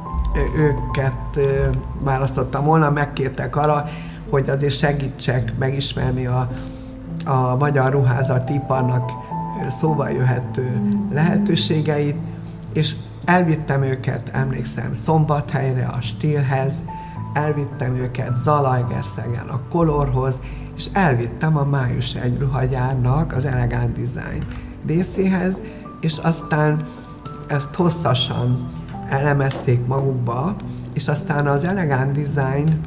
S4: őket választottam volna, megkértek arra, hogy azért segítsek megismerni a magyar ruházatiparnak szóval jöhető lehetőségeit, és elvittem őket, emlékszem, Szombathelyre, a Stílhez, elvittem őket Zalaegerszegen, a Colorhoz, és elvittem a Május egy ruhagyárnak, az Elegant Design részéhez, és aztán ezt hosszasan elemezték magukba, és aztán az Elegant Design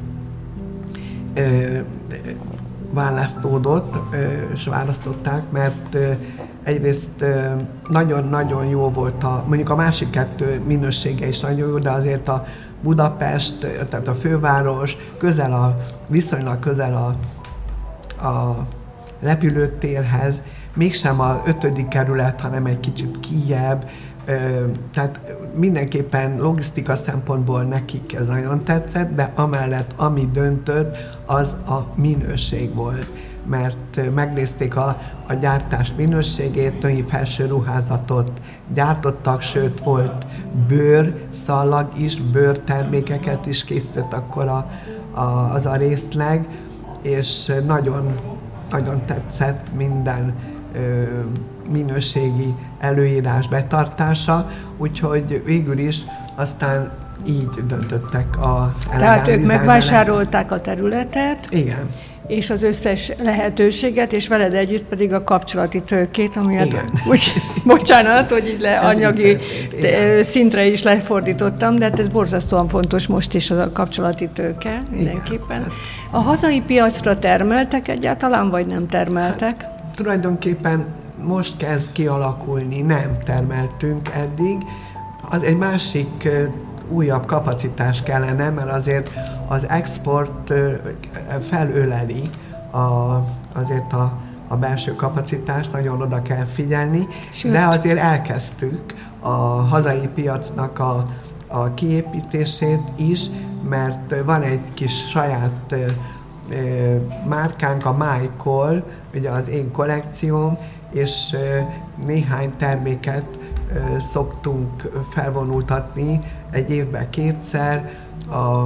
S4: választódott, és választották, mert egyrészt nagyon-nagyon jó volt mondjuk a másik 2 minősége is nagyon jó, de azért a Budapest, tehát a főváros viszonylag közel a repülőtérhez, mégsem a 5. kerület, hanem egy kicsit kijjebb, tehát mindenképpen logisztika szempontból nekik ez nagyon tetszett, de amellett, ami döntött, az a minőség volt, mert megnézték a gyártás minőségét, női felső ruházatot gyártottak, sőt volt bőrszallag is, bőrtermékeket is készített akkor az a részleg, és nagyon, nagyon tetszett minden minőségi előírás betartása, úgyhogy végül is aztán így döntöttek a
S3: Tehát ők megvásárolták a területet,
S4: igen,
S3: és az összes lehetőséget, és veled együtt pedig a kapcsolati tőkét, amiért úgy, bocsánat, hogy így anyagi szintre is lefordítottam, de hát ez borzasztóan fontos most is a kapcsolati tőke, mindenképpen. Igen. A hazai piacra termeltek egyáltalán, vagy nem termeltek?
S4: Hát, tulajdonképpen most kezd kialakulni, nem termeltünk eddig. Az egy másik újabb kapacitás kellene, mert azért az export felöleli azért a belső kapacitást, nagyon oda kell figyelni, sőt, de azért elkezdtük a hazai piacnak a kiépítését is, mert van egy kis saját márkánk, a Michael, ugye az én kollekcióm, és néhány terméket szoktunk felvonultatni egy évben 2-szer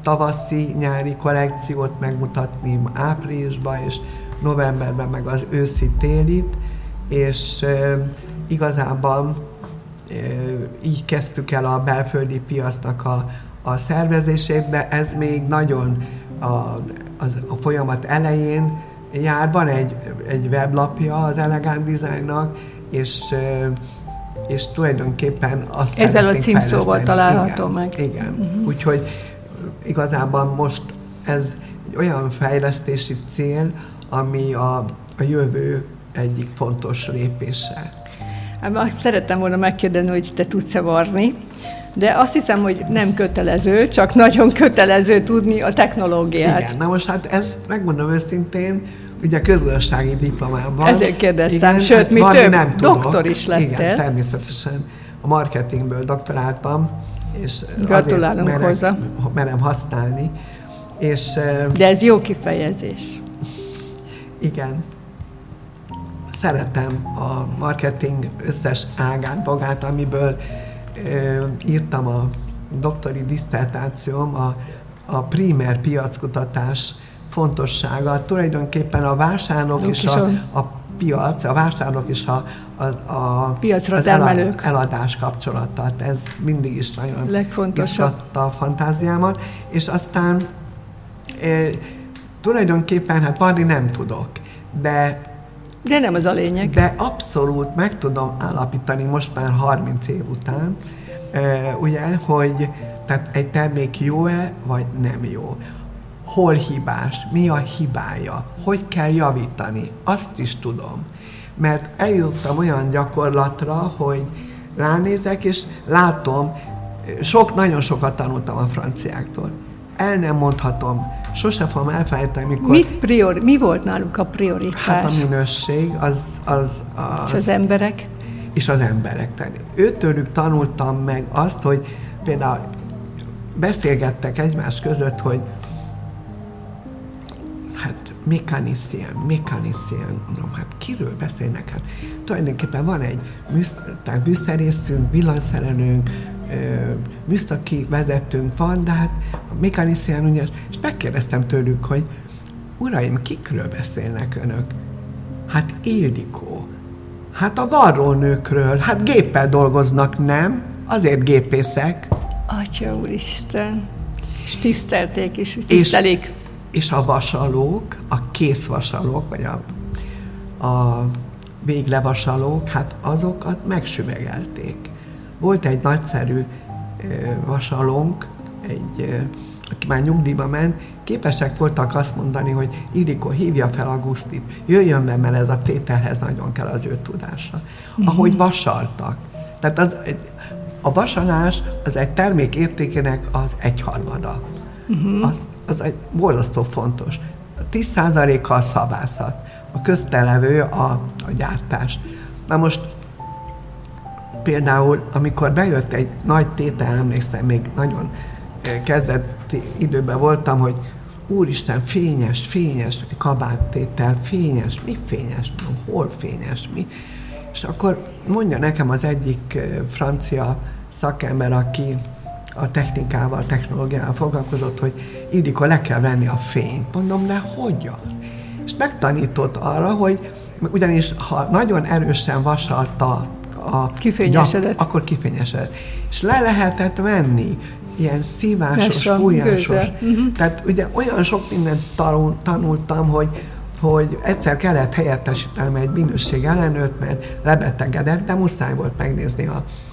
S4: tavaszi-nyári kollekciót megmutatni áprilisban, és novemberben meg az őszi-télit, és igazából így kezdtük el a belföldi piacnak a szervezését, de ez még nagyon a folyamat elején jár. Van egy weblapja az Elegant Designnak, és tulajdonképpen azt
S3: ezzel a címszóval található meg.
S4: Igen. Úgyhogy igazából most ez egy olyan fejlesztési cél, ami a jövő egyik fontos lépése.
S3: Szerettem volna megkérdezni, hogy te tudsz-e varni, de azt hiszem, hogy nem kötelező, csak nagyon kötelező tudni a technológiát.
S4: Igen, na most hát ezt megmondom őszintén, ugye közgazdasági diplomám van.
S3: Ezért kérdeztem, igen, sőt, hát mi több, nem doktor is lettél.
S4: Igen, természetesen a marketingből doktoráltam, és
S3: gratulálunk hozzá.
S4: Merem használni. És,
S3: de ez jó kifejezés.
S4: Igen. Szeretem a marketing összes ágát, magát, amiből írtam a doktori diszertációm, a primer piackutatás fontossága. Tulajdonképpen a vásárlók és a piac, a vásárlók és a
S3: piacra termelők
S4: eladás kapcsolata. Ez mindig is nagyon izgatta a fantáziámat. És aztán tulajdonképpen hát varni nem tudok, de
S3: nem az a lényeg.
S4: De abszolút meg tudom állapítani most már 30 év után, ugye, hogy tehát egy termék jó-e, vagy nem jó. Hol hibás, mi a hibája, hogy kell javítani, azt is tudom. Mert eljutottam olyan gyakorlatra, hogy ránézek, és látom, nagyon sokat tanultam a franciáktól. El nem mondhatom, sose fogom elfelejteni, mikor...
S3: Mi volt náluk a prioritás?
S4: Hát a minőség,
S3: és az emberek?
S4: És az emberek. Tehát őtőlük tanultam meg azt, hogy például beszélgettek egymás között, hogy hát mécanicien, mondom, hát kiről beszélnek? Hát tulajdonképpen van egy műszerészünk, villanyszerelőnk, műszaki vezetőnk van, de hát a mécanicien, ugye, és megkérdeztem tőlük, hogy uraim, kikről beszélnek önök? Hát Ildikó. Hát a varrónőkről, hát géppel dolgoznak, nem? Azért gépészek.
S3: Atya úristen. És tisztelték is, tisztelik.
S4: És a vasalók, a készvasalók, vagy a véglevasalók, hát azokat megsüvegelték. Volt egy nagyszerű vasalónk, aki már nyugdíjba ment, képesek voltak azt mondani, hogy Ildikó, hívja fel Augusztit, jöjjön be, mert ez a tételhez nagyon kell az ő tudása. Ahogy vasaltak. Tehát a vasalás az egy termék értékének az 1/3. Az egy borzasztó fontos. 10%-a a szabászat, a köztelevő a gyártás. Na most például, amikor bejött egy nagy tétel, emlékszem, még nagyon kezdeti időben voltam, hogy úristen, fényes kabáttétel, fényes, mi fényes? Hol fényes, mi? És akkor mondja nekem az egyik francia szakember, aki a technikával, technológiával foglalkozott, hogy Ildikó, le kell venni a fényt. Mondom, de hogyan? És megtanított arra, hogy ugyanis ha nagyon erősen vasalta akkor kifényesedett. És le lehetett venni ilyen szívásos, fújásos. Tehát ugye olyan sok mindent tanultam, hogy egyszer kellett helyettesítenem egy minőség ellenőrt, mert lebetegedett, de muszáj volt megnézni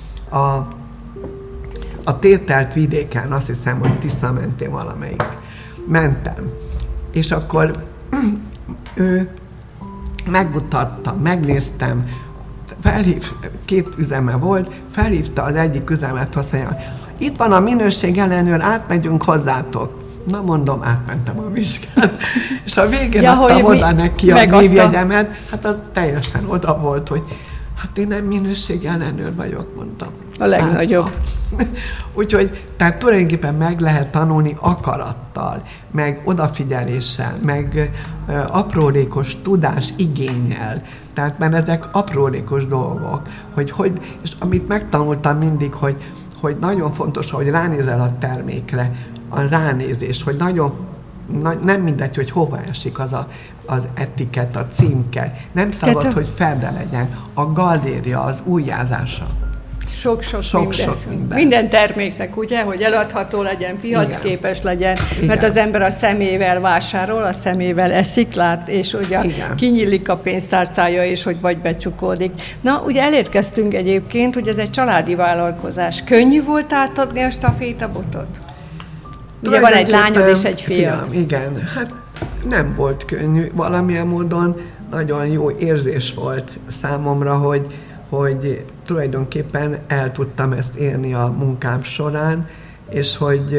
S4: a tételt vidéken, azt hiszem, hogy Tisza mentén valamelyik. Mentem. És akkor ő megmutatta, megnéztem, két üzeme volt, felhívta az egyik üzemet, azt mondja, itt van a minőség ellenőr, átmegyünk hozzátok. Na mondom, átmentem a vizsgát. És a végén adtam oda neki a névjegyemet, hát az teljesen oda volt, hogy hát én nem minőség ellenőr vagyok, mondtam.
S3: A legnagyobb.
S4: Úgyhogy, tehát tulajdonképpen meg lehet tanulni akarattal, meg odafigyeléssel, meg aprólékos tudás igénnyel. Tehát, mert ezek aprólékos dolgok. És amit megtanultam mindig, hogy nagyon fontos, hogy ránézel a termékre, a ránézést, hogy nem mindegy, hogy hova esik az etikett, a címke. Nem szabad, hogy ferde legyen. A galéria, az újjázása.
S3: Sok minden. Minden terméknek, ugye, hogy eladható legyen, piacképes legyen, mert az ember a szemével vásárol, a szemével eszik, lát, és ugye kinyílik a pénztárcája, és hogy vagy becsukódik. Na, ugye elérkeztünk egyébként, hogy ez egy családi vállalkozás. Könnyű volt átadni a stafétabotot? Ugye van egy lányod és egy fiam.
S4: Igen, hát nem volt könnyű. Valamilyen módon nagyon jó érzés volt számomra, hogy tulajdonképpen el tudtam ezt élni a munkám során, és hogy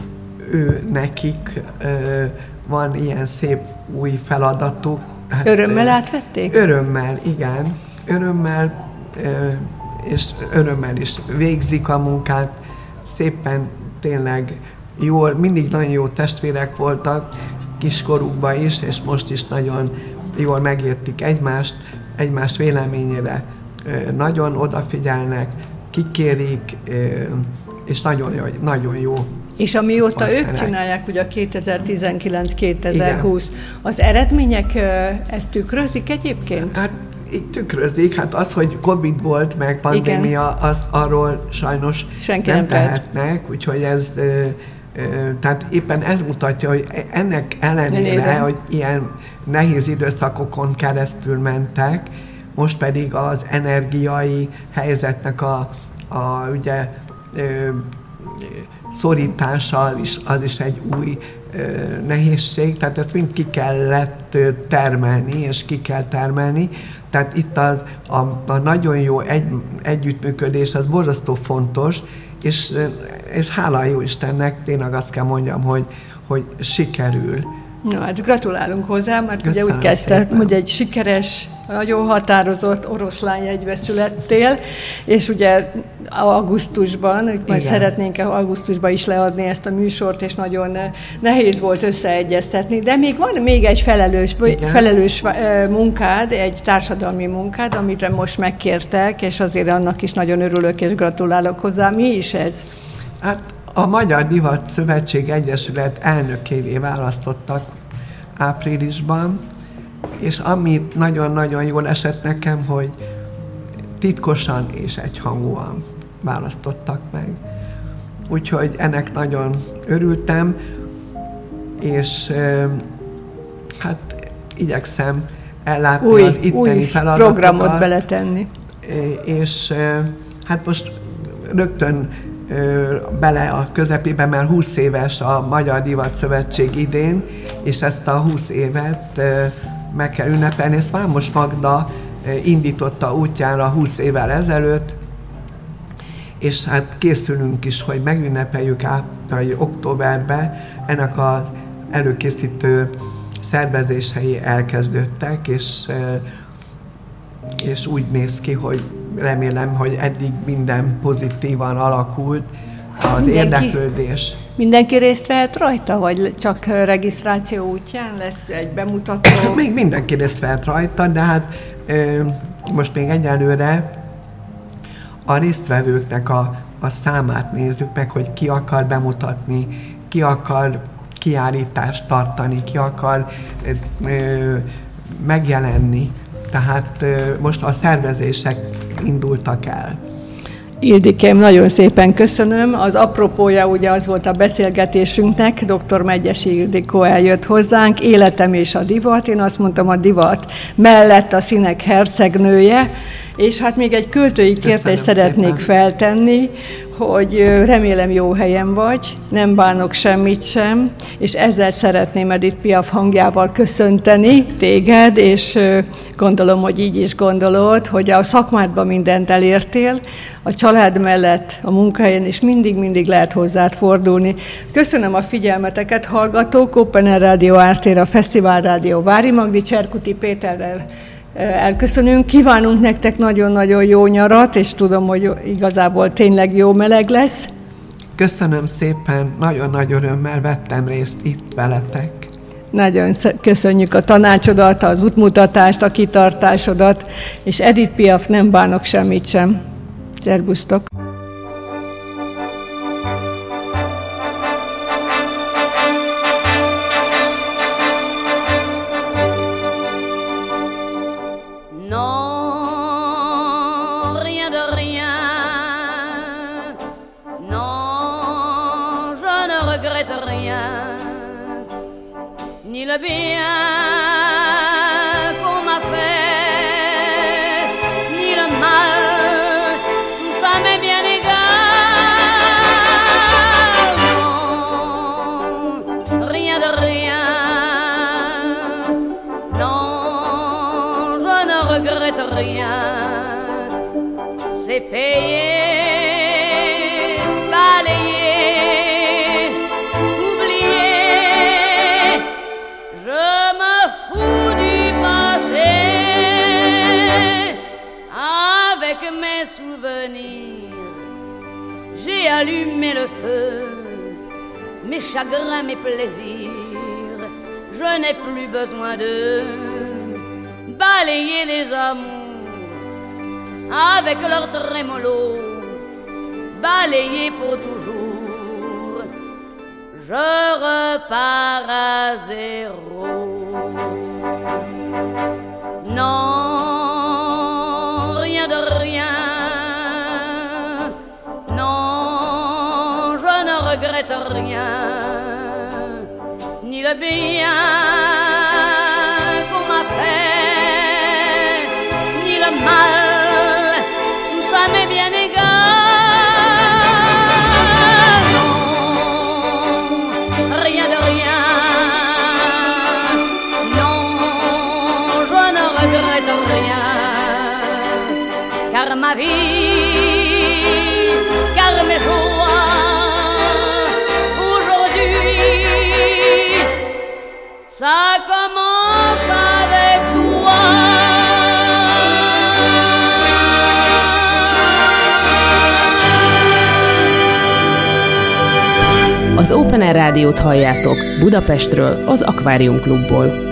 S4: nekik van ilyen szép új feladatuk.
S3: Hát, örömmel átvették?
S4: Örömmel, igen. Örömmel, és örömmel is végzik a munkát. Szépen, tényleg jól, mindig nagyon jó testvérek voltak, kiskorukban is, és most is nagyon jól megértik egymást véleményére. Nagyon odafigyelnek, kikérik, és nagyon jó.
S3: És amióta ők csinálják, ugye a 2019-2020, az eredmények ezt tükrözik egyébként?
S4: Hát tükrözik, hát az, hogy Covid volt, meg pandémia, azt arról sajnos senki nem tehetnek, úgyhogy ez, tehát éppen ez mutatja, hogy ennek ellenére, hogy ilyen nehéz időszakokon keresztül mentek, most pedig az energiai helyzetnek ugye szorítása az is egy új nehézség, tehát ezt mind ki kellett termelni, és ki kell termelni. Tehát itt a nagyon jó együttműködés, az borzasztó fontos, és hála jó Istennek, tényleg azt kell mondjam, hogy sikerül.
S3: Na, hát gratulálunk hozzá, mert ugye úgy kezdte, hogy egy sikeres, nagyon határozott oroszlányjegybe születtél, és ugye augusztusban, majd szeretnénk augusztusban is leadni ezt a műsort, és nagyon nehéz volt összeegyeztetni, de van még egy felelős munkád, egy társadalmi munkád, amire most megkértek, és azért annak is nagyon örülök, és gratulálok hozzá. Mi is ez?
S4: Hát a Magyar Divat Szövetség Egyesület elnökévé választottak áprilisban, és amit nagyon-nagyon jól esett nekem, hogy titkosan és egyhangúan választottak meg. Úgyhogy ennek nagyon örültem, és hát igyekszem ellátni az itteni feladatokat.
S3: Új programot beletenni.
S4: És hát most rögtön bele a közepébe, mert 20 éves a Magyar Divat Szövetség idén, és ezt a 20 évet meg kell ünnepelni. Ezt Vámos Magda indította útjára 20 évvel ezelőtt, és hát készülünk is, hogy megünnepeljük októberben. Ennek az előkészítő szervezései elkezdődtek, és úgy néz ki, hogy remélem, hogy eddig minden pozitívan alakult az érdeklődés.
S3: Mindenki részt vehet rajta, vagy csak regisztráció útján lesz egy bemutató?
S4: Még mindenki részt vehet rajta, de hát most még egyelőre a résztvevőknek a számát nézzük meg, hogy ki akar bemutatni, ki akar kiállítást tartani, ki akar megjelenni. Tehát most a szervezések indultak el.
S3: Ildikém, nagyon szépen köszönöm. Az apropója ugye az volt a beszélgetésünknek, dr. Megyesi Ildikó eljött hozzánk, életem és a divat. Én azt mondtam, a divat mellett a színek hercegnője, és hát még egy költői kérdést szeretnék feltenni, hogy remélem jó helyen vagy, nem bánok semmit sem, és ezzel szeretném Edith Piaf hangjával köszönteni téged, és gondolom, hogy így is gondolod, hogy a szakmádban mindent elértél, a család mellett, a munkahelyen is mindig lehet hozzád fordulni. Köszönöm a figyelmeteket, hallgatók, Open Air Rádió Ártér, a Fesztivál Rádió Vári Magdi, Cserkuti Péterrel elköszönünk. Kívánunk nektek nagyon-nagyon jó nyarat, és tudom, hogy igazából tényleg jó meleg lesz.
S4: Köszönöm szépen, nagyon nagy örömmel vettem részt itt veletek.
S3: Nagyon köszönjük a tanácsodat, az útmutatást, a kitartásodat, és Edith Piaf, nem bánok semmit sem. Szerbusztok!
S2: ni le bien qu'on m'a fait, ni le mal, tout ça m'est bien égal. Non, rien de rien, non, je ne regrette rien. C'est payé, balayé, oublié. Je me fous du passé. Avec mes souvenirs, j'ai allumé le feu. Mes chagrins, mes plaisirs, je n'ai plus besoin de balayer les amours avec leur trémolo, balayé pour toujours, je repars à zéro. Non, rien de rien, non, je ne regrette rien, ni le bien qu'on m'a fait, ni le mal. Ça m'est bien égal. Non, rien de rien. Non, je ne regrette rien. Car ma vie, car mes joies, aujourd'hui, ça commence avec toi.
S1: Az Open Air Rádiót halljátok Budapestről, az Akvárium Klubból.